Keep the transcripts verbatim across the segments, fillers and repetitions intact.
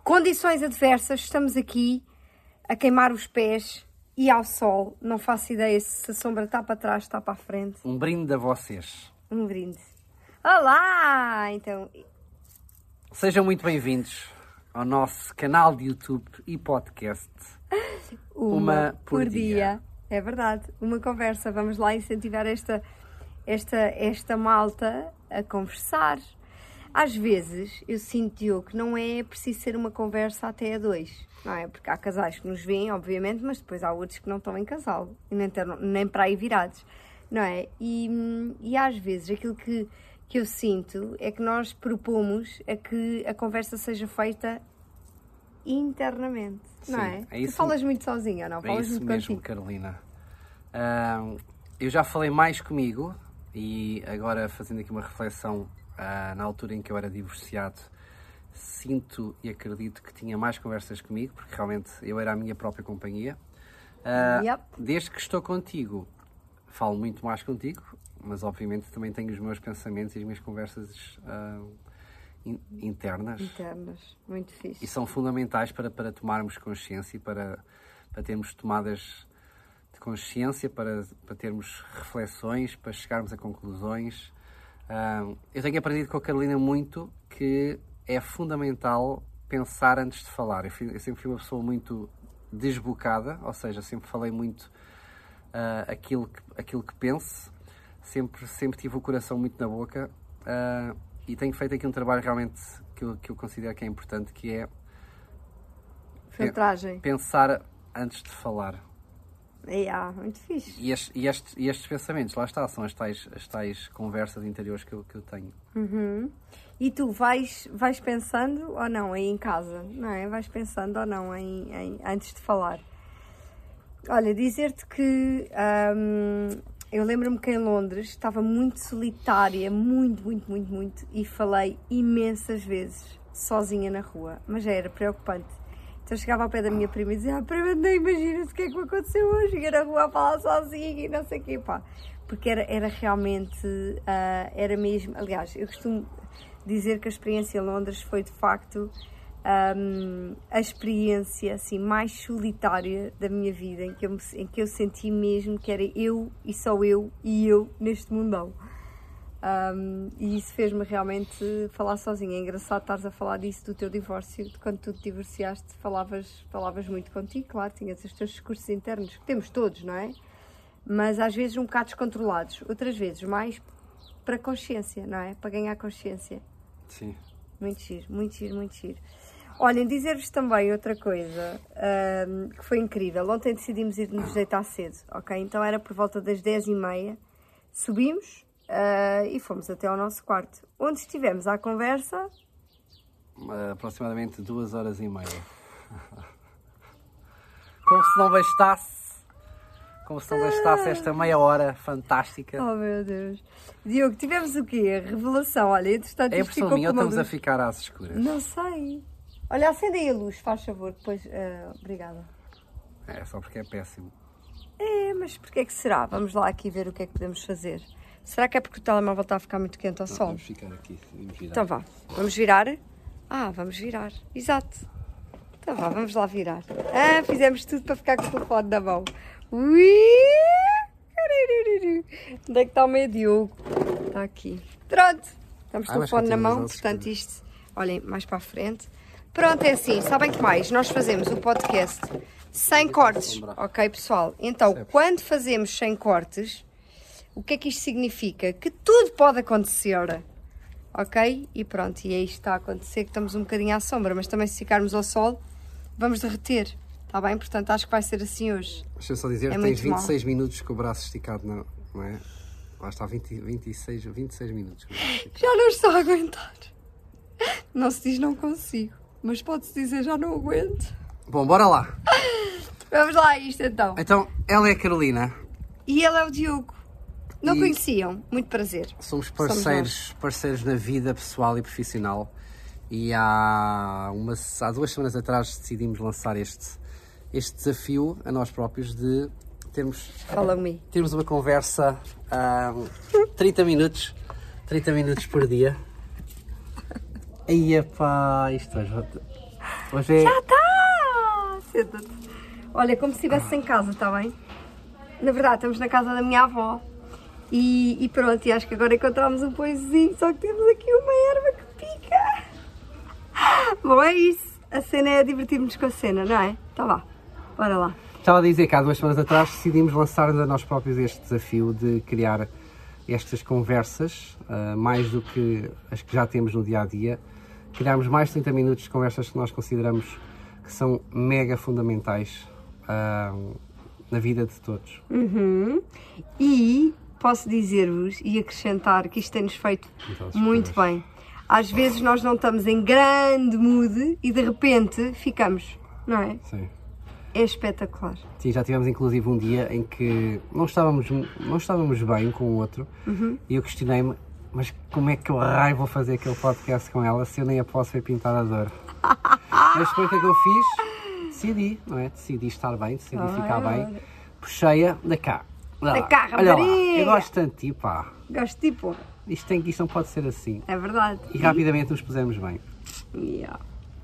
condições adversas, estamos aqui a queimar os pés e ao sol. Não faço ideia se a sombra está para trás, está para a frente. Um brinde a vocês. Um brinde. Olá! Então... Sejam muito bem-vindos ao nosso canal de YouTube e podcast. Uma, Uma por, por dia. dia. É verdade. Uma conversa. Vamos lá incentivar esta, esta, esta malta a conversar. Às vezes, eu sinto, Diogo, que não é preciso ser uma conversa até a dois. Não é? Porque há casais que nos veem, obviamente, mas depois há outros que não estão em casal. E nem, ter, nem para aí virados. Não é? E, e às vezes aquilo que... que eu sinto é que nós propomos a que a conversa seja feita internamente, Sim, não é? é isso, tu falas muito sozinha, não? É Falas isso muito mesmo, contigo. Carolina. Uh, eu já falei mais comigo e agora fazendo aqui uma reflexão uh, na altura em que eu era divorciado, sinto e acredito que tinha mais conversas comigo, porque realmente eu era a minha própria companhia. Uh, Yep. Desde que estou contigo, falo muito mais contigo, mas obviamente também tenho os meus pensamentos e as minhas conversas uh, in, internas. Internas, muito fixe. E são fundamentais para, para tomarmos consciência e para, para termos tomadas de consciência, para, para termos reflexões, para chegarmos a conclusões. Uh, eu tenho aprendido com a Carolina muito que é fundamental pensar antes de falar. Eu, fui, eu sempre fui uma pessoa muito desbocada, ou seja, sempre falei muito uh, aquilo, que, aquilo que penso. Sempre, sempre tive o coração muito na boca uh, e tenho feito aqui um trabalho realmente que eu, que eu considero que é importante, que é Filtragem. Pensar antes de falar. É, ah, muito fixe. E, este, e, estes, e estes pensamentos, lá está, são as tais, as tais conversas interiores que eu, que eu tenho. Uhum. E tu vais, vais pensando ou não aí em casa, não é? Vais pensando ou não em, em, antes de falar. Olha, dizer-te que... Um, eu lembro-me que em Londres estava muito solitária, muito, muito, muito, muito, e falei imensas vezes, sozinha na rua, mas já era preocupante. Então eu chegava ao pé da minha prima e dizia, ah, prima, nem imaginas o que é que me aconteceu hoje, ir na rua a falar sozinha e não sei o quê, pá. Porque era, era realmente, uh, era mesmo, aliás, eu costumo dizer que a experiência em Londres foi de facto... Um, a experiência assim, mais solitária da minha vida, em que, eu me, em que eu senti mesmo que era eu e só eu e eu neste mundão. Um, e isso fez-me realmente falar sozinha. É engraçado estares a falar disso do teu divórcio, de quando tu te divorciaste, falavas, falavas muito contigo, claro, tinhas os teus discursos internos, que temos todos, não é? Mas às vezes um bocado descontrolados, outras vezes mais para consciência, não é? Para ganhar consciência. Sim. Muito giro, muito giro, muito giro. Olhem, dizer-vos também outra coisa um, que foi incrível. Ontem decidimos ir nos deitar cedo, ok? Então era por volta das dez e meia. Subimos uh, e fomos até ao nosso quarto. Onde estivemos à conversa... Uh, aproximadamente duas horas e meia. Como se não bastasse... Como se não bastasse esta meia hora fantástica. Oh, meu Deus. Diogo, tivemos o quê? Revelação. Olha, entretanto, É isto impressão ficou minha ou com uma estamos a luz. ficar às escuras? Não sei. Olha, acende aí a luz, faz favor. Depois, uh, obrigada. É, só porque é péssimo. É, mas porquê é que será? Vamos lá aqui ver o que é que podemos fazer. Será que é porque o telemóvel está a ficar muito quente ao Não, sol? vamos ficar aqui, vamos virar. Então vá, vamos virar? Ah, vamos virar, exato. Então vá, vamos lá virar. Ah, fizemos tudo para ficar com o telefone na mão. Ui! Onde é que está o meu Diogo? Está aqui. Pronto, estamos com Ah, o mas telefone na continuas mão, às portanto escuras. isto, olhem, mais para a frente. Pronto, é assim, sabem que mais? Nós fazemos o podcast sem cortes, ok pessoal? Então, Percebes? quando fazemos sem cortes, o que é que isto significa? Que tudo pode acontecer, ok? E pronto, e é isto que está a acontecer, que estamos um bocadinho à sombra, mas também se ficarmos ao sol, vamos derreter, está bem? Portanto, acho que vai ser assim hoje. Deixa eu só dizer, É tens muito vinte e seis minutos com o braço esticado, não, não é? Lá está, vinte, vinte e seis, vinte e seis minutos com o braço esticado. Já não estou a aguentar. Não se diz não consigo, mas pode-se dizer já não aguento. Bom, bora lá. Vamos lá a isto então. Então, ela é a Carolina. E ele é o Diogo. Não E- conheciam? Muito prazer. Somos Somos parceiros, parceiros na vida pessoal e profissional. E há, umas, há duas semanas atrás decidimos lançar este, este desafio a nós próprios de termos, Follow me. termos uma conversa a trinta minutos, trinta minutos por dia. Aí, epá, isto hoje, hoje é... Já está! Senta-te. Olha, como se estivesse em casa, está bem? Na verdade, estamos na casa da minha avó. E, e pronto, e acho que agora encontramos um poezinho, só que temos aqui uma erva que pica. Bom, é isso. A cena é divertirmos com a cena, não é? Tá vá, bora lá. Estava a dizer que há duas semanas atrás decidimos lançar a nós próprios este desafio de criar estas conversas, uh, mais do que as que já temos no dia-a-dia. Criarmos mais de trinta minutos de conversas que nós consideramos que são mega fundamentais uh, na vida de todos. Uhum. E posso dizer-vos e acrescentar que isto tem-nos feito muito bem. Às vezes nós não estamos em grande mood e de repente ficamos, não é? Sim. É espetacular. Sim, já tivemos inclusive um dia em que não estávamos, não estávamos bem com o outro uhum. e eu questionei-me, mas como é que eu raio vou fazer aquele podcast com ela se eu nem a posso ver pintar a dor? Mas depois o que é que eu fiz? Decidi, não é? Decidi estar bem, decidi oh, ficar é bem. Puxei-a da cá. Da cá, olha lá, eu gosto tanto de ti, pá. Gosto de ti, pô. Isto, tem, isto não pode ser assim. É verdade. E rapidamente nos pusemos bem. Yeah.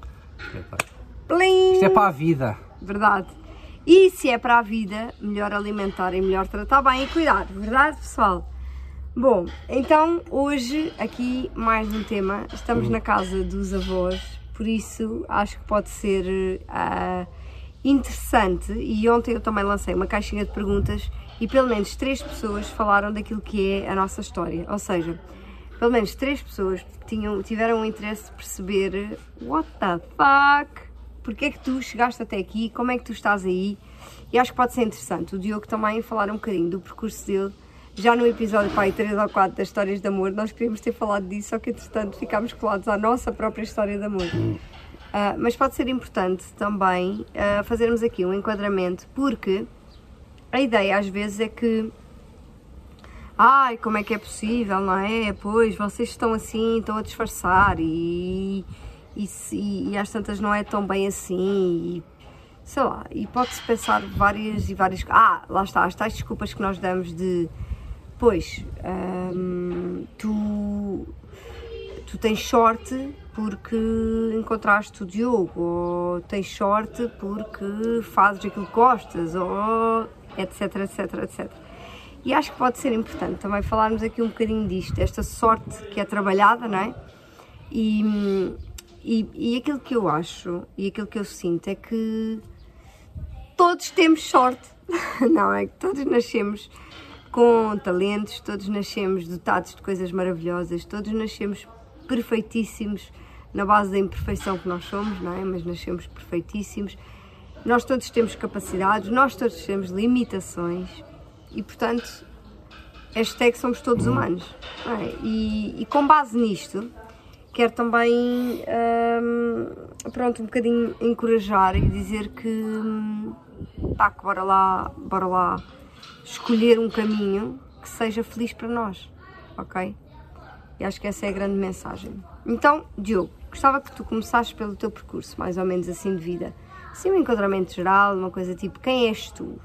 Isto é para a vida. Verdade. E se é para a vida, melhor alimentar e melhor tratar bem e cuidar. Verdade, pessoal? Bom, então hoje aqui mais um tema. Estamos hum. na casa dos avós, por isso acho que pode ser uh, interessante. E ontem eu também lancei uma caixinha de perguntas e pelo menos três pessoas falaram daquilo que é a nossa história. Ou seja, pelo menos três pessoas tinham, tiveram o interesse de perceber what the fuck, porque é que tu chegaste até aqui, como é que tu estás aí. E acho que pode ser interessante. O Diogo também falar um bocadinho do percurso dele. Já no episódio pai, três ou quatro das histórias de amor, nós queríamos ter falado disso, só que entretanto ficámos colados à nossa própria história de amor. Uh, mas pode ser importante também uh, fazermos aqui um enquadramento, porque a ideia às vezes é que ai, como é que é possível, não é? Pois, vocês estão assim, estão a disfarçar e, e, e, e às tantas não é tão bem assim e, sei lá, e pode-se pensar várias e várias... Ah, lá está, as tais desculpas que nós damos de pois, hum, tu, tu tens sorte porque encontraste o Diogo, ou tens sorte porque fazes aquilo que gostas, ou etc, etc, etcétera. E acho que pode ser importante também falarmos aqui um bocadinho disto, esta sorte que é trabalhada, não é? E, e, e aquilo que eu acho, e aquilo que eu sinto é que todos temos sorte, não é? Que todos nascemos com talentos, todos nascemos dotados de coisas maravilhosas, todos nascemos perfeitíssimos na base da imperfeição que nós somos, não é? Mas nascemos perfeitíssimos. Nós todos temos capacidades, nós todos temos limitações e, portanto, hashtag somos todos humanos. Não é? e, e com base nisto, quero também, hum, pronto, um bocadinho encorajar e dizer que, hum, pá, que bora lá, bora lá escolher um caminho que seja feliz para nós, ok? E acho que essa é a grande mensagem. Então, Diogo, gostava que tu começasses pelo teu percurso, mais ou menos assim de vida. Assim, um enquadramento geral, uma coisa tipo, quem és tu?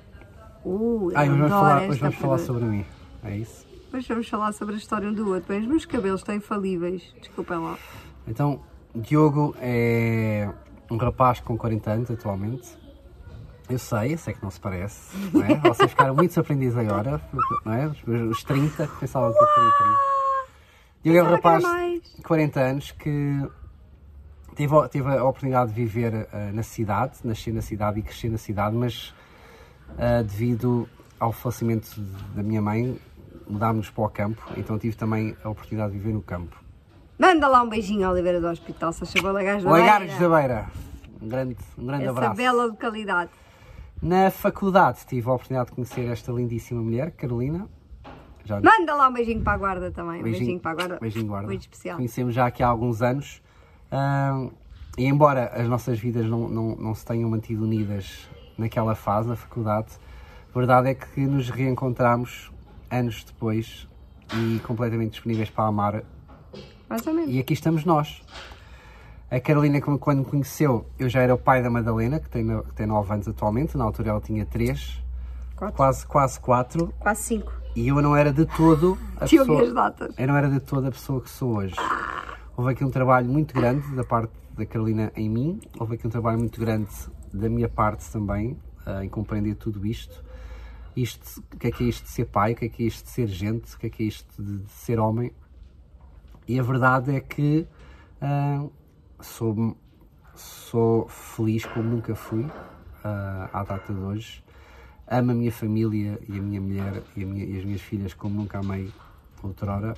Uh, Ai, hoje vamos, falar, hoje vamos falar sobre mim, é isso? Hoje vamos falar sobre a história um do outro. Bem, os meus cabelos estão infalíveis, desculpem lá. Então, Diogo é um rapaz com quarenta anos atualmente. Eu sei, eu sei que não se parece, não é? Vocês ficaram muito surpreendidos agora, não é? Os, os trinta, que pensavam que eu tinha trinta. Diogo é um rapaz de quarenta anos que teve, teve a oportunidade de viver uh, na cidade, nascer na cidade e crescer na cidade, mas uh, devido ao falecimento da minha mãe, mudámos-nos para o campo, então tive também a oportunidade de viver no campo. Manda lá um beijinho à Oliveira do Hospital, se achou Lagares da Beira. Lagares da Beira, um grande, um grande Essa abraço. Essa bela localidade. Na faculdade tive a oportunidade de conhecer esta lindíssima mulher, Carolina. Já... Manda lá um beijinho para a guarda também, um beijinho, beijinho para a guarda. Beijinho guarda. Muito especial. Conhecemos já aqui há alguns anos uh, e embora as nossas vidas não, não, não se tenham mantido unidas naquela fase, na faculdade, a verdade é que nos reencontramos anos depois e completamente disponíveis para amar. Mais ou menos. E aqui estamos nós. A Carolina, quando me conheceu, eu já era o pai da Madalena, que tem, que tem nove anos atualmente, na altura ela tinha três, quase, quase quatro. Quase cinco. E eu não era de todo a Tio pessoa... as datas. Eu não era de toda a pessoa que sou hoje. houve aqui um trabalho muito grande da parte da Carolina em mim, houve aqui um trabalho muito grande da minha parte também, uh, em compreender tudo isto. Isto, o que é que é isto de ser pai, o que é que é isto de ser gente, o que é que é isto de, de ser homem. E a verdade é que uh, sou, sou feliz como nunca fui uh, à data de hoje. Amo a minha família e a minha mulher e, a minha, e as minhas filhas como nunca amei outrora.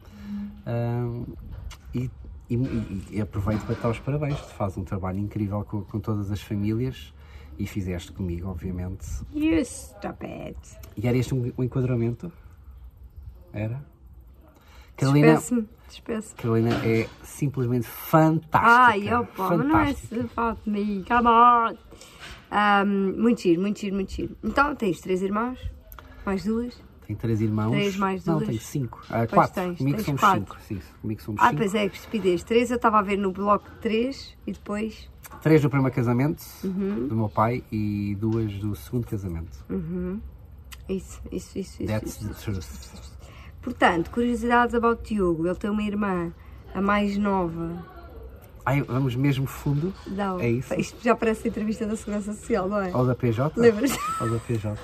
Uh, e, e, e aproveito para te dar os parabéns. Tu fazes um trabalho incrível com, com todas as famílias e fizeste comigo, obviamente. You stop it. E era este um, um enquadramento? Era? Carolina, Despeço-me, despeço. Carolina é simplesmente fantástica. Ai, opa, mas não é se falta de mim, come on. Um, muito giro, muito giro, muito giro. Então, tens três irmãos? Mais duas? Tenho três irmãos. Três mais duas? Não, tenho cinco. Ah, Pois quatro. tens, Comigo tens somos quatro. cinco. Sim, comigo somos Ah, cinco. pois é, que estupidez. Três, eu estava a ver no bloco de três e depois... Três do primeiro casamento Uhum. do meu pai e duas do segundo casamento. Uhum. Isso, isso, isso, isso. That's isso, the isso. truth. Portanto, curiosidades about Diogo. Ele tem uma irmã, a mais nova. Ai, vamos mesmo fundo? Não, É isso? isto já parece a entrevista da Segurança Social, não é? Ou da P J? Lembras? Ou da P J.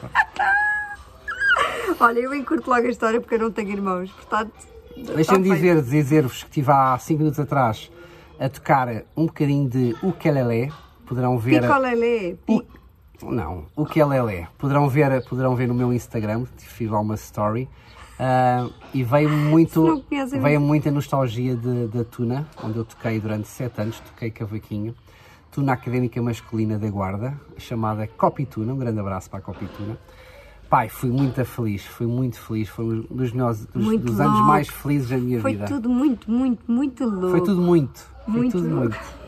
Olha, eu encurto logo a história porque eu não tenho irmãos, portanto... Deixem-me está feito. dizer, dizer-vos que estive há cinco minutos atrás a tocar um bocadinho de ukulele. Poderão ver... Picolelê. O, Pi... não, ukulele. Poderão ver, poderão ver no meu Instagram, fiz lá uma story. Uh, e veio muito, Se não conhecem, veio muita nostalgia de, da Tuna, onde eu toquei durante sete anos, toquei cavaquinho. Tuna Académica Masculina da Guarda, chamada Copituna. Um grande abraço para a Copituna. Pai, fui muito feliz, fui muito feliz, foi um dos, melhores, dos, Muito dos anos louco. mais felizes da minha Foi vida. tudo muito, muito, muito louco. Foi tudo muito, foi Muito tudo louco. muito.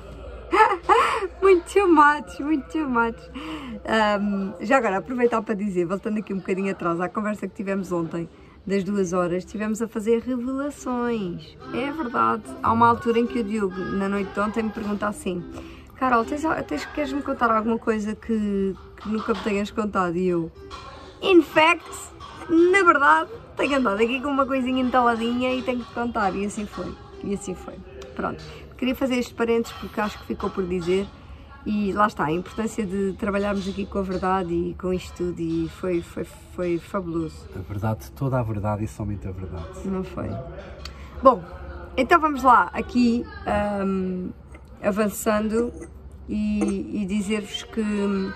Muito too much, muito too much. Um, já agora, aproveitar para dizer, voltando aqui um bocadinho atrás à conversa que tivemos ontem, das duas horas, estivemos a fazer revelações. É verdade. Há uma altura em que o Diogo, na noite de ontem, me pergunta assim: Carol, tens, tens, queres-me contar alguma coisa que, que nunca me tenhas contado? E eu, in fact, na verdade, tenho andado aqui com uma coisinha entaladinha e tenho que te contar. E assim foi. E assim foi. Pronto. Queria fazer estes parênteses porque acho que ficou por dizer. E lá está, a importância de trabalharmos aqui com a verdade e com isto tudo, e foi, foi, foi fabuloso. A verdade, toda a verdade e somente a verdade. Não foi? Bom, então vamos lá, aqui um, avançando e, e dizer-vos que, uh,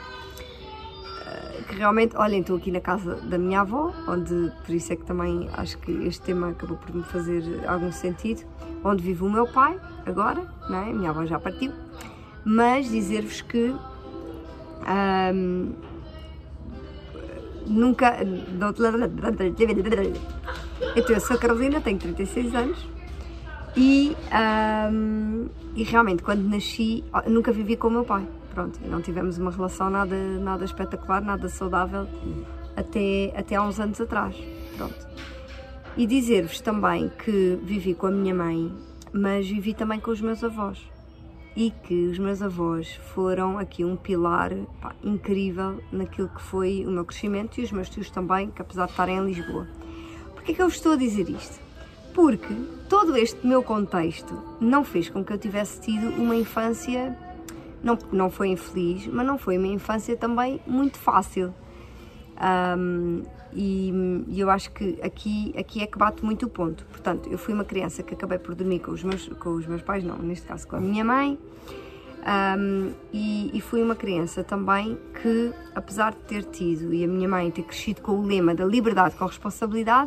que realmente, olhem, estou aqui na casa da minha avó, onde, por isso é que também acho que este tema acabou por me fazer algum sentido, onde vive o meu pai, agora, não é? A minha avó já partiu. Mas dizer-vos que um, nunca. Então, eu sou a Carolina, tenho trinta e seis anos e, um, e realmente quando nasci nunca vivi com o meu pai. Pronto, não tivemos uma relação nada, nada espetacular, nada saudável até, até há uns anos atrás. Pronto. E dizer-vos também que vivi com a minha mãe, mas vivi também com os meus avós. E que os meus avós foram aqui um pilar pá, incrível naquilo que foi o meu crescimento, e os meus tios também, que apesar de estarem em Lisboa. Porquê é que eu vos estou a dizer isto? Porque todo este meu contexto não fez com que eu tivesse tido uma infância, não, não foi infeliz, mas não foi uma infância também muito fácil. Um, e, e eu acho que aqui, aqui é que bate muito o ponto. Portanto, eu fui uma criança que acabei por dormir com os meus, com os meus pais, não, neste caso com a minha mãe, um, e, e fui uma criança também que, apesar de ter tido, e a minha mãe ter crescido com o lema da liberdade com responsabilidade,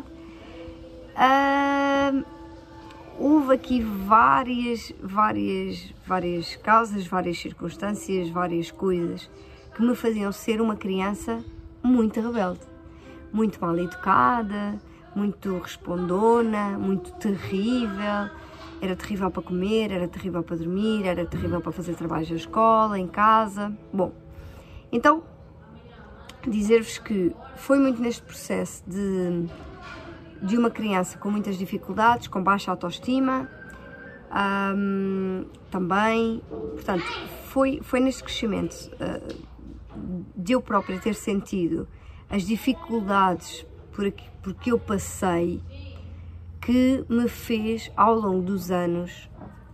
um, houve aqui várias, várias, várias causas, várias circunstâncias, várias coisas que me faziam ser uma criança muito rebelde, muito mal educada, muito respondona, muito terrível. Era terrível para comer, era terrível para dormir, era terrível para fazer trabalhos da escola, em casa. Bom, então, dizer-vos que foi muito neste processo de, de uma criança com muitas dificuldades, com baixa autoestima, um, também, portanto, foi, foi neste crescimento uh, de eu própria ter sentido as dificuldades por que, por que eu passei, que me fez, ao longo dos anos,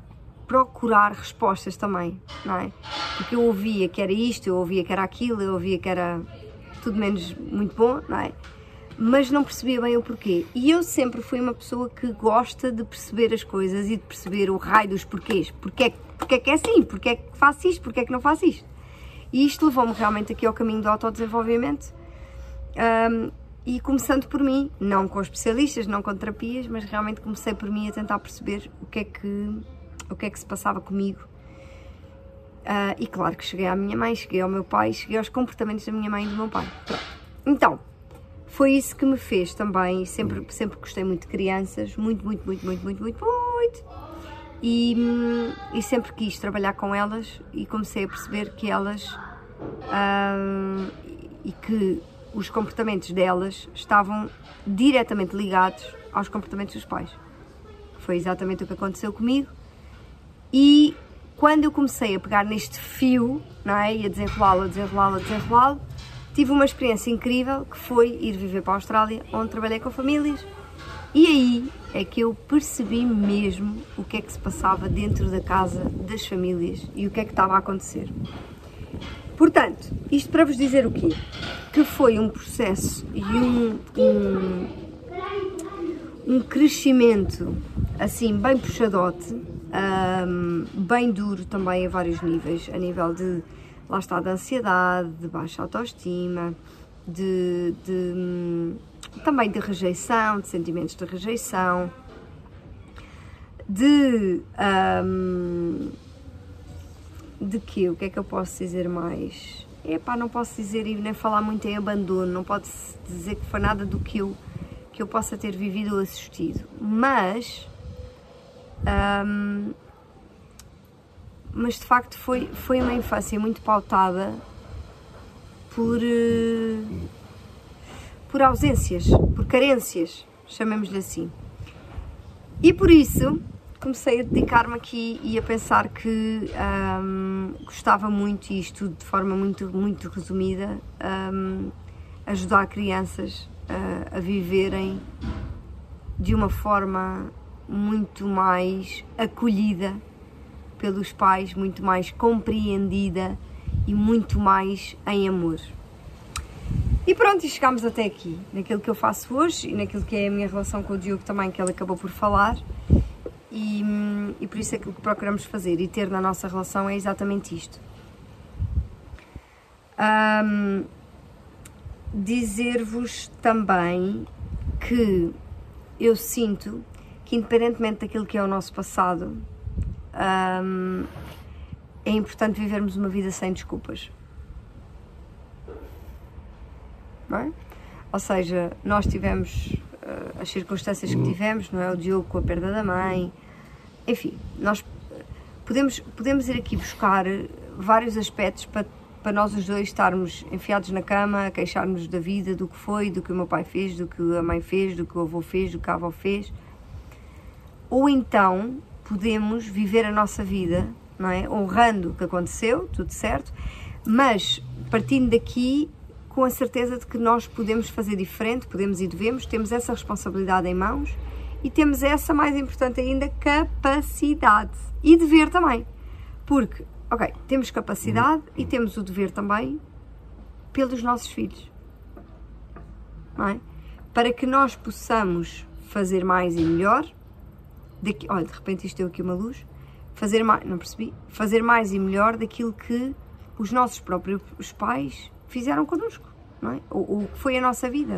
procurar respostas também, não é? Porque eu ouvia que era isto, eu ouvia que era aquilo, eu ouvia que era tudo menos muito bom, não é? Mas não percebia bem o porquê. E eu sempre fui uma pessoa que gosta de perceber as coisas e de perceber o raio dos porquês. Porquê, porquê é que é assim? Porquê é que faço isto? Porquê é que não faço isto? E isto levou-me realmente aqui ao caminho do autodesenvolvimento. Um, e começando por mim, não com especialistas, não com terapias, mas realmente comecei por mim a tentar perceber o que é que, o que, é que se passava comigo. Uh, e claro que cheguei à minha mãe, cheguei ao meu pai, cheguei aos comportamentos da minha mãe e do meu pai. Pronto. Então, foi isso que me fez também, sempre, sempre gostei muito de crianças, muito, muito, muito, muito, muito, muito, muito. E, e sempre quis trabalhar com elas e comecei a perceber que elas, uh, e que os comportamentos delas estavam diretamente ligados aos comportamentos dos pais. Foi exatamente o que aconteceu comigo. E quando eu comecei a pegar neste fio, não é? E a desenrolá-lo, a desenrolá-lo, a desenrolá-lo, tive uma experiência incrível que foi ir viver para a Austrália, onde trabalhei com famílias. E aí é que eu percebi mesmo o que é que se passava dentro da casa das famílias e o que é que estava a acontecer. Portanto, isto para vos dizer o quê? Que foi um processo e um, um, um crescimento assim bem puxadote, um, bem duro também a vários níveis, a nível de, lá está, de ansiedade, de baixa autoestima, de, de, também de rejeição, de sentimentos de rejeição, de... Um, de quê? O que é que eu posso dizer mais? Epá, não posso dizer e nem falar muito em abandono, não pode dizer que foi nada do que eu, que eu possa ter vivido ou assistido, mas um, mas de facto foi, foi uma infância muito pautada por, uh, por ausências, por carências, chamemos-lhe assim. E por isso comecei a dedicar-me aqui e a pensar que um, gostava muito, e isto de forma muito, muito resumida, um, ajudar crianças a, a viverem de uma forma muito mais acolhida pelos pais, muito mais compreendida e muito mais em amor. E pronto, e chegámos até aqui, naquilo que eu faço hoje e naquilo que é a minha relação com o Diogo também, que ele acabou por falar. E, e por isso é que o que procuramos fazer e ter na nossa relação é exatamente isto. Um, dizer-vos também que eu sinto que, independentemente daquilo que é o nosso passado, um, é importante vivermos uma vida sem desculpas. Não é? Ou seja, nós tivemos uh, as circunstâncias que tivemos, não é? O Diogo com a perda da mãe. Enfim, nós podemos, podemos ir aqui buscar vários aspectos para, para nós os dois estarmos enfiados na cama, a queixar-nos da vida, do que foi, do que o meu pai fez, do que a mãe fez, do que o avô fez, do que a avó fez. Ou então podemos viver a nossa vida, não é? Honrando o que aconteceu, tudo certo, mas partindo daqui com a certeza de que nós podemos fazer diferente, podemos e devemos, temos essa responsabilidade em mãos. E temos essa, mais importante ainda, capacidade e dever também. Porque, ok, temos capacidade e temos o dever também pelos nossos filhos. Não é? Para que nós possamos fazer mais e melhor. Daqui, olha, de repente isto deu aqui uma luz. Fazer mais, não percebi. Fazer mais e melhor daquilo que os nossos próprios pais fizeram connosco. Não é? Ou o que foi a nossa vida.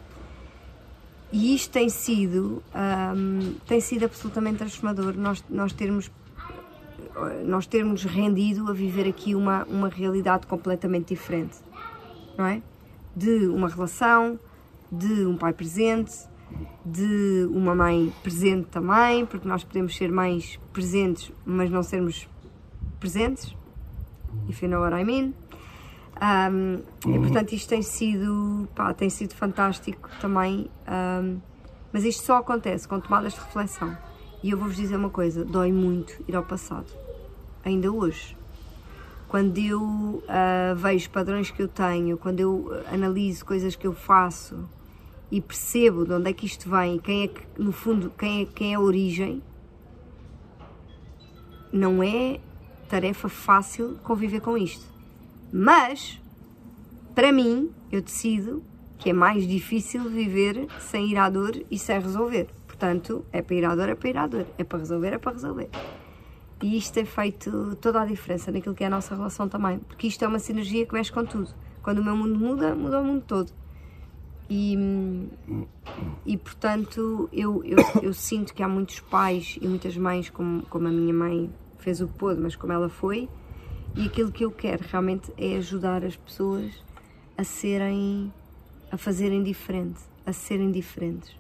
E isto tem sido, um, tem sido absolutamente transformador, nós, nós, termos, nós termos rendido a viver aqui uma, uma realidade completamente diferente, não é? De uma relação, de um pai presente, de uma mãe presente também, porque nós podemos ser mães presentes, mas não sermos presentes, if you know what I mean. Um, e portanto isto tem sido, pá, tem sido fantástico também, um, mas isto só acontece com tomadas de reflexão. E eu vou-vos dizer uma coisa, dói muito ir ao passado, ainda hoje. Quando eu uh, vejo padrões que eu tenho, quando eu analiso coisas que eu faço e percebo de onde é que isto vem, quem é que, no fundo, quem é, quem é a origem, não é tarefa fácil conviver com isto. Mas, para mim, eu decido que é mais difícil viver sem ir à dor e sem resolver. Portanto, é para ir à dor, é para ir à dor. É para resolver, é para resolver. E isto tem feito toda a diferença naquilo que é a nossa relação também. Porque isto é uma sinergia que mexe com tudo. Quando o meu mundo muda, muda o mundo todo. E, e portanto, eu, eu, eu sinto que há muitos pais e muitas mães, como, como a minha mãe fez o que pôde, mas como ela foi, e aquilo que eu quero realmente é ajudar as pessoas a serem, a fazerem diferente, a serem diferentes.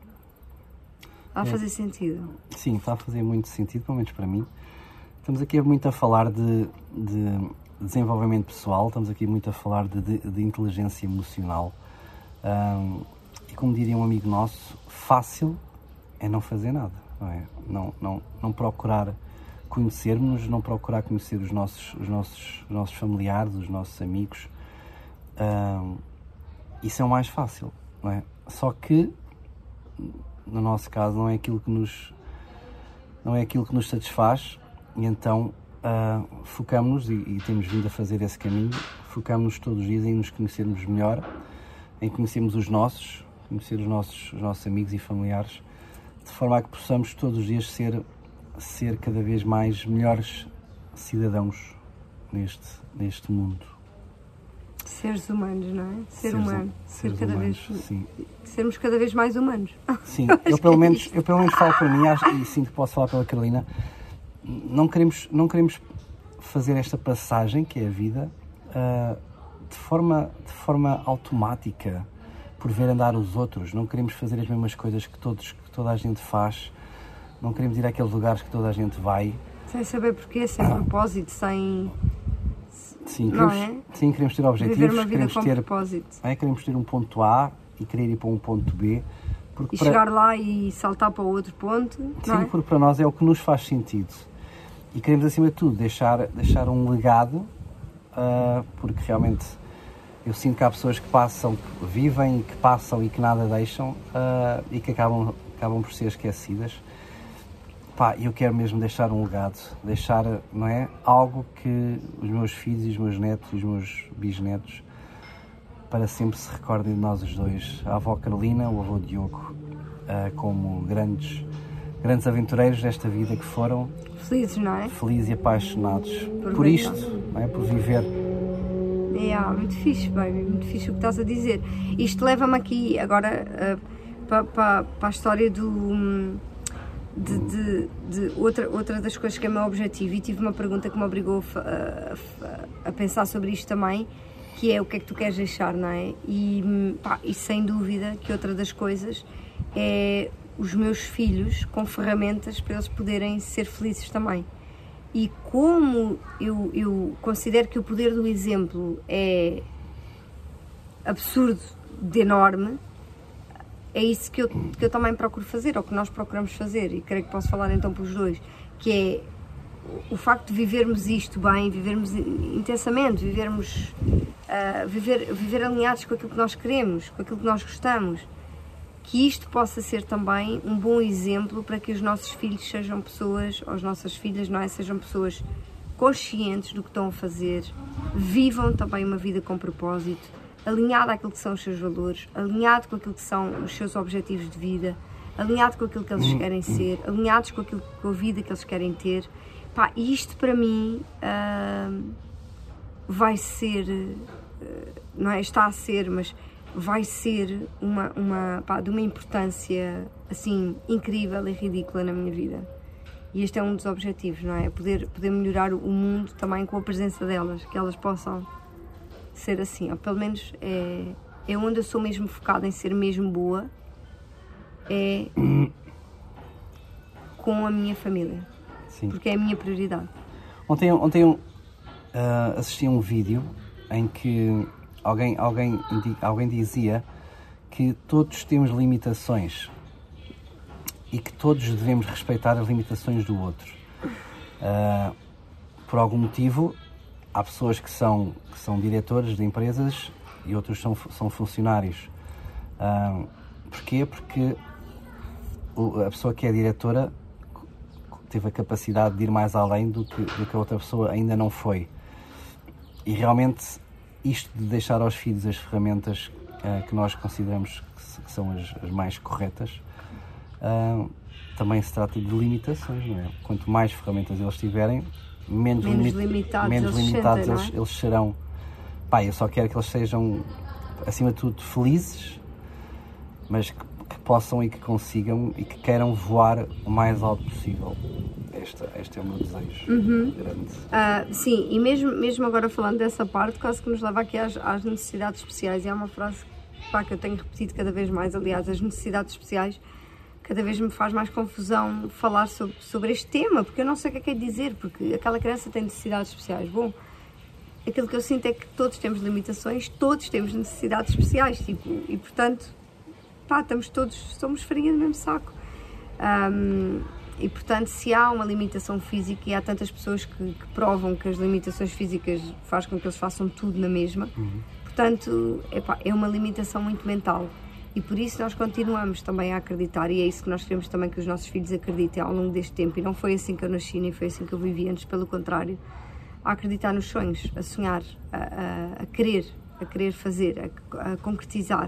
Está a fazer sentido? Sim, está a fazer muito sentido, pelo menos para mim. Estamos aqui muito a falar de, de desenvolvimento pessoal, estamos aqui muito a falar de, de, de inteligência emocional. Um, e como diria um amigo nosso, fácil é não fazer nada, não é? Não, não, não procurar conhecermos, não procurar conhecer os nossos, os nossos, os nossos familiares, os nossos amigos. Um, isso é o mais fácil, não é? Só que, no nosso caso, não é aquilo que nos, não é aquilo que nos satisfaz, e então uh, focamos-nos, e, e temos vindo a fazer esse caminho, focamos-nos todos os dias em nos conhecermos melhor, em conhecermos os nossos, conhecer os nossos, os nossos amigos e familiares, de forma a que possamos todos os dias ser, ser cada vez mais melhores cidadãos neste, neste mundo. Seres humanos, não é? Ser Seres, humano. Ser cada humanos, vez, sim. Sermos cada vez mais humanos. Sim, eu pelo, menos, eu pelo menos falo para mim, acho, e sinto que posso falar pela Carolina, não queremos, não queremos fazer esta passagem, que é a vida, uh, de forma, de forma automática, por ver andar os outros. Não queremos fazer as mesmas coisas que, todos, que toda a gente faz, não queremos ir àqueles lugares que toda a gente vai. Sem saber porquê, sem propósito, sem... Sim, queremos, não é? sim, queremos ter objetivos, viver uma vida queremos, com ter, propósito. é, queremos ter um ponto A e querer ir para um ponto B. Porque E para... chegar lá e saltar para o outro ponto, Sim, não é? porque para nós é o que nos faz sentido. E queremos, acima de tudo, deixar, deixar um legado, uh, porque realmente eu sinto que há pessoas que passam, que vivem, que passam e que nada deixam, uh, e que acabam, acabam por ser esquecidas. Pá, eu quero mesmo deixar um legado, deixar, não é, algo que os meus filhos e os meus netos e os meus bisnetos para sempre se recordem de nós os dois, a avó Carolina, o avô Diogo, uh, como grandes, grandes aventureiros desta vida que foram Felizes, não é? felizes e apaixonados por, Por isto, não é? Por viver. É, ah, muito fixe, baby, muito fixe o que estás a dizer. Isto leva-me aqui agora uh, para pa, pa a história do... De, de, de outra, outra das coisas que é o meu objetivo, e tive uma pergunta que me obrigou a, a, a pensar sobre isto também, que é o que é que tu queres deixar, não é? E, pá, e sem dúvida que outra das coisas é os meus filhos com ferramentas para eles poderem ser felizes também. E como eu, eu considero que o poder do exemplo é absurdo de enorme, é isso que eu, que eu também procuro fazer, ou que nós procuramos fazer, e creio que posso falar então para os dois, que é o facto de vivermos isto bem, vivermos intensamente, vivermos, uh, viver, viver alinhados com aquilo que nós queremos, com aquilo que nós gostamos, que isto possa ser também um bom exemplo para que os nossos filhos sejam pessoas, ou as nossas filhas, não é? Sejam pessoas conscientes do que estão a fazer, vivam também uma vida com propósito, alinhado àquilo que são os seus valores, alinhado com aquilo que são os seus objetivos de vida, alinhado com aquilo que eles querem ser, alinhados com, aquilo, com a vida que eles querem ter. Pá, isto para mim uh, vai ser, uh, não é, está a ser, mas vai ser uma, uma, pá, de uma importância assim incrível e ridícula na minha vida. E este é um dos objetivos, não é? Poder, poder melhorar o mundo também com a presença delas, que elas possam ser assim, ou pelo menos é, é onde eu sou mesmo focada em ser mesmo boa, é com a minha família. Sim. Porque é a minha prioridade. Ontem, ontem uh, assisti a um vídeo em que alguém, alguém, alguém dizia que todos temos limitações e que todos devemos respeitar as limitações do outro. Uh, por algum motivo, há pessoas que são, que são diretores de empresas e outros são, são funcionários. Uh, porquê? Porque a pessoa que é diretora teve a capacidade de ir mais além do que, do que a outra pessoa ainda não foi. E realmente isto de deixar aos filhos as ferramentas uh, que nós consideramos que, que são as, as mais corretas, uh, também se trata de limitações, não é? Quanto mais ferramentas eles tiverem, menos, menos limit, limitados, menos eles, limitados sentem, eles, é? eles serão. Pá, eu só quero que eles sejam, acima de tudo, felizes, mas que, que possam e que consigam e que queiram voar o mais alto possível. Este, este é o meu desejo uhum. grande. Uh, sim, e mesmo, mesmo agora falando dessa parte, quase que nos leva aqui às, às necessidades especiais, e é uma frase pá, que eu tenho repetido cada vez mais, aliás, as necessidades especiais, cada vez me faz mais confusão falar sobre, sobre este tema, porque eu não sei o que é que é dizer, porque aquela criança tem necessidades especiais. Bom, aquilo que eu sinto é que todos temos limitações, todos temos necessidades especiais, tipo, e portanto, pá, estamos todos, somos farinha do mesmo saco. Um, e portanto, se há uma limitação física, e há tantas pessoas que, que provam que as limitações físicas fazem com que eles façam tudo na mesma, uhum. portanto, epá, é uma limitação muito mental. E por isso nós continuamos também a acreditar, e é isso que nós queremos também que os nossos filhos acreditem ao longo deste tempo. E não foi assim que eu nasci, nem foi assim que eu vivi antes, pelo contrário, a acreditar nos sonhos, a sonhar, a, a, a querer, a querer fazer, a, a concretizar.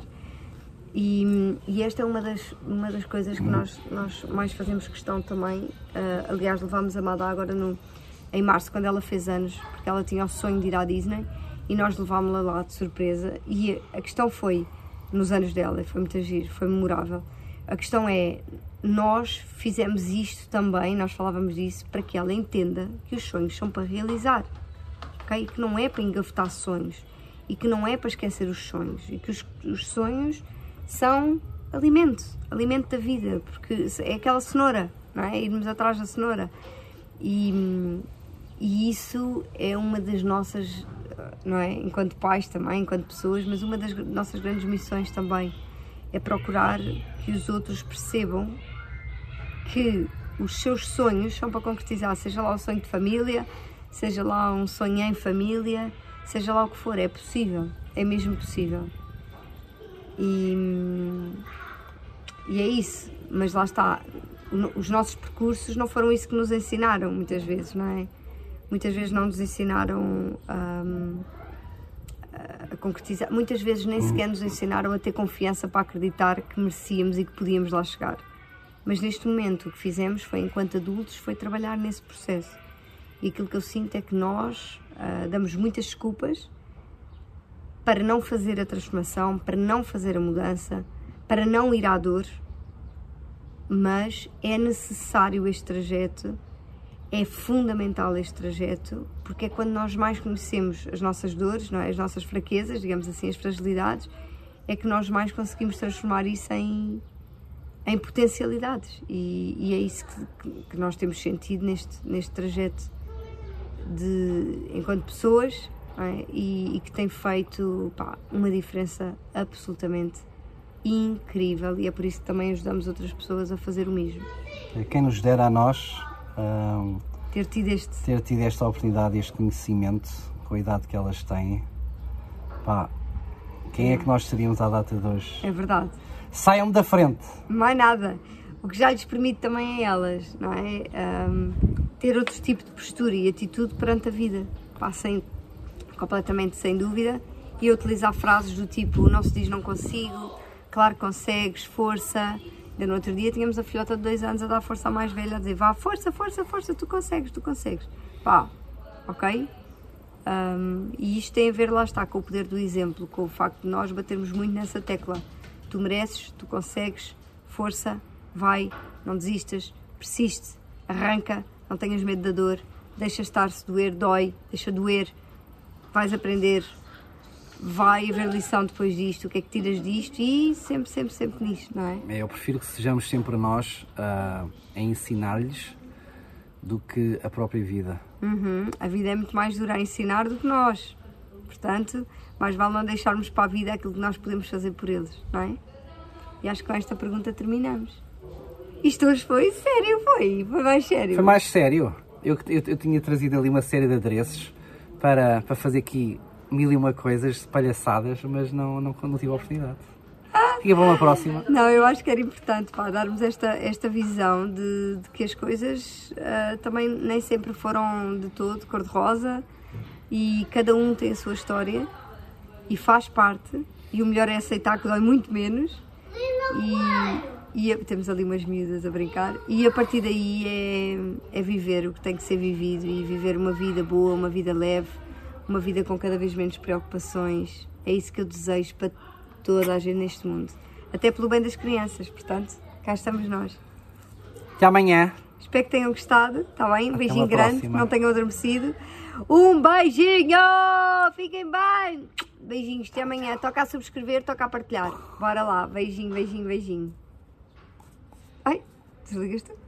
E, e esta é uma das, uma das coisas que nós, nós mais fazemos questão também. Uh, aliás, levámos a Madá agora no, em março, quando ela fez anos, porque ela tinha o sonho de ir à Disney, e nós levámos-la lá de surpresa. E a questão foi, nos anos dela, foi muito giro, foi memorável. A questão é, nós fizemos isto também, nós falávamos disso, para que ela entenda que os sonhos são para realizar, okay? E que não é para engavetar sonhos, e que não é para esquecer os sonhos, e que os, os sonhos são alimento, alimento da vida, porque é aquela cenoura, não é? Irmos atrás da cenoura. E, e isso é uma das nossas, não é? Enquanto pais também, enquanto pessoas, mas uma das nossas grandes missões também é procurar que os outros percebam que os seus sonhos são para concretizar, seja lá o sonho de família, seja lá um sonho em família, seja lá o que for, é possível, é mesmo possível. E, e é isso, mas lá está, os nossos percursos não foram isso que nos ensinaram muitas vezes, não é? Muitas vezes não nos ensinaram um, a concretizar, muitas vezes nem sequer nos ensinaram a ter confiança para acreditar que merecíamos e que podíamos lá chegar. Mas neste momento o que fizemos foi, enquanto adultos, foi trabalhar nesse processo. E aquilo que eu sinto é que nós uh, damos muitas desculpas para não fazer a transformação, para não fazer a mudança, para não ir à dor, mas é necessário este trajeto, é fundamental este trajeto, porque é quando nós mais conhecemos as nossas dores, não é? As nossas fraquezas, digamos assim, as fragilidades, é que nós mais conseguimos transformar isso em, em potencialidades. E, e é isso que, que nós temos sentido neste, neste trajeto, de, enquanto pessoas, é? e, e que tem feito pá, uma diferença absolutamente incrível, e é por isso que também ajudamos outras pessoas a fazer o mesmo. Quem nos dera a nós um, ter, tido este... ter tido esta oportunidade, este conhecimento, com a idade que elas têm, pá, quem é. é que nós seríamos à data de hoje? É verdade. Saiam-me da frente! Mais nada. O que já lhes permite também a elas, não é? Um, ter outro tipo de postura e atitude perante a vida. Pá, sem, completamente sem dúvida. E utilizar frases do tipo, não se diz não consigo, claro que consegues, força. Ainda no outro dia tínhamos a filhota de dois anos a dar força à mais velha, a dizer, vá, força, força, força, tu consegues, tu consegues. Pá, ok? Um, e isto tem a ver, lá está, com o poder do exemplo, com o facto de nós batermos muito nessa tecla. Tu mereces, tu consegues, força, vai, não desistas, persiste, arranca, não tenhas medo da dor, deixa estar, se doer, dói, deixa doer, vais aprender, vai haver lição depois disto, o que é que tiras disto, e sempre, sempre, sempre nisto, não é? Eu prefiro que sejamos sempre nós uh, a ensinar-lhes do que a própria vida. Uhum. A vida é muito mais dura a ensinar do que nós, portanto, mais vale não deixarmos para a vida aquilo que nós podemos fazer por eles, não é? E acho que com esta pergunta terminamos. Isto hoje foi sério, foi? Foi mais sério? Foi mais sério. Eu, eu, eu tinha trazido ali uma série de adereços para, para fazer aqui mil e uma coisas, palhaçadas, mas não, não, não tive a oportunidade. Ah, Fica para uma próxima. Não, eu acho que era importante, pá, darmos esta, esta visão de, de que as coisas uh, também nem sempre foram de todo cor-de-rosa e cada um tem a sua história e faz parte, e o melhor é aceitar que dói muito menos e, e temos ali umas miúdas a brincar e a partir daí é, é viver o que tem que ser vivido e viver uma vida boa, uma vida leve, uma vida com cada vez menos preocupações. É isso que eu desejo para toda a gente neste mundo. Até pelo bem das crianças, portanto, cá estamos nós. Até amanhã. Espero que tenham gostado, está bem? Um Até beijinho uma grande, próxima. que não tenham adormecido. Um beijinho! Fiquem bem! Beijinhos, até amanhã. Toca a subscrever, toca a partilhar. Bora lá, beijinho, beijinho, beijinho. Ai, desligaste?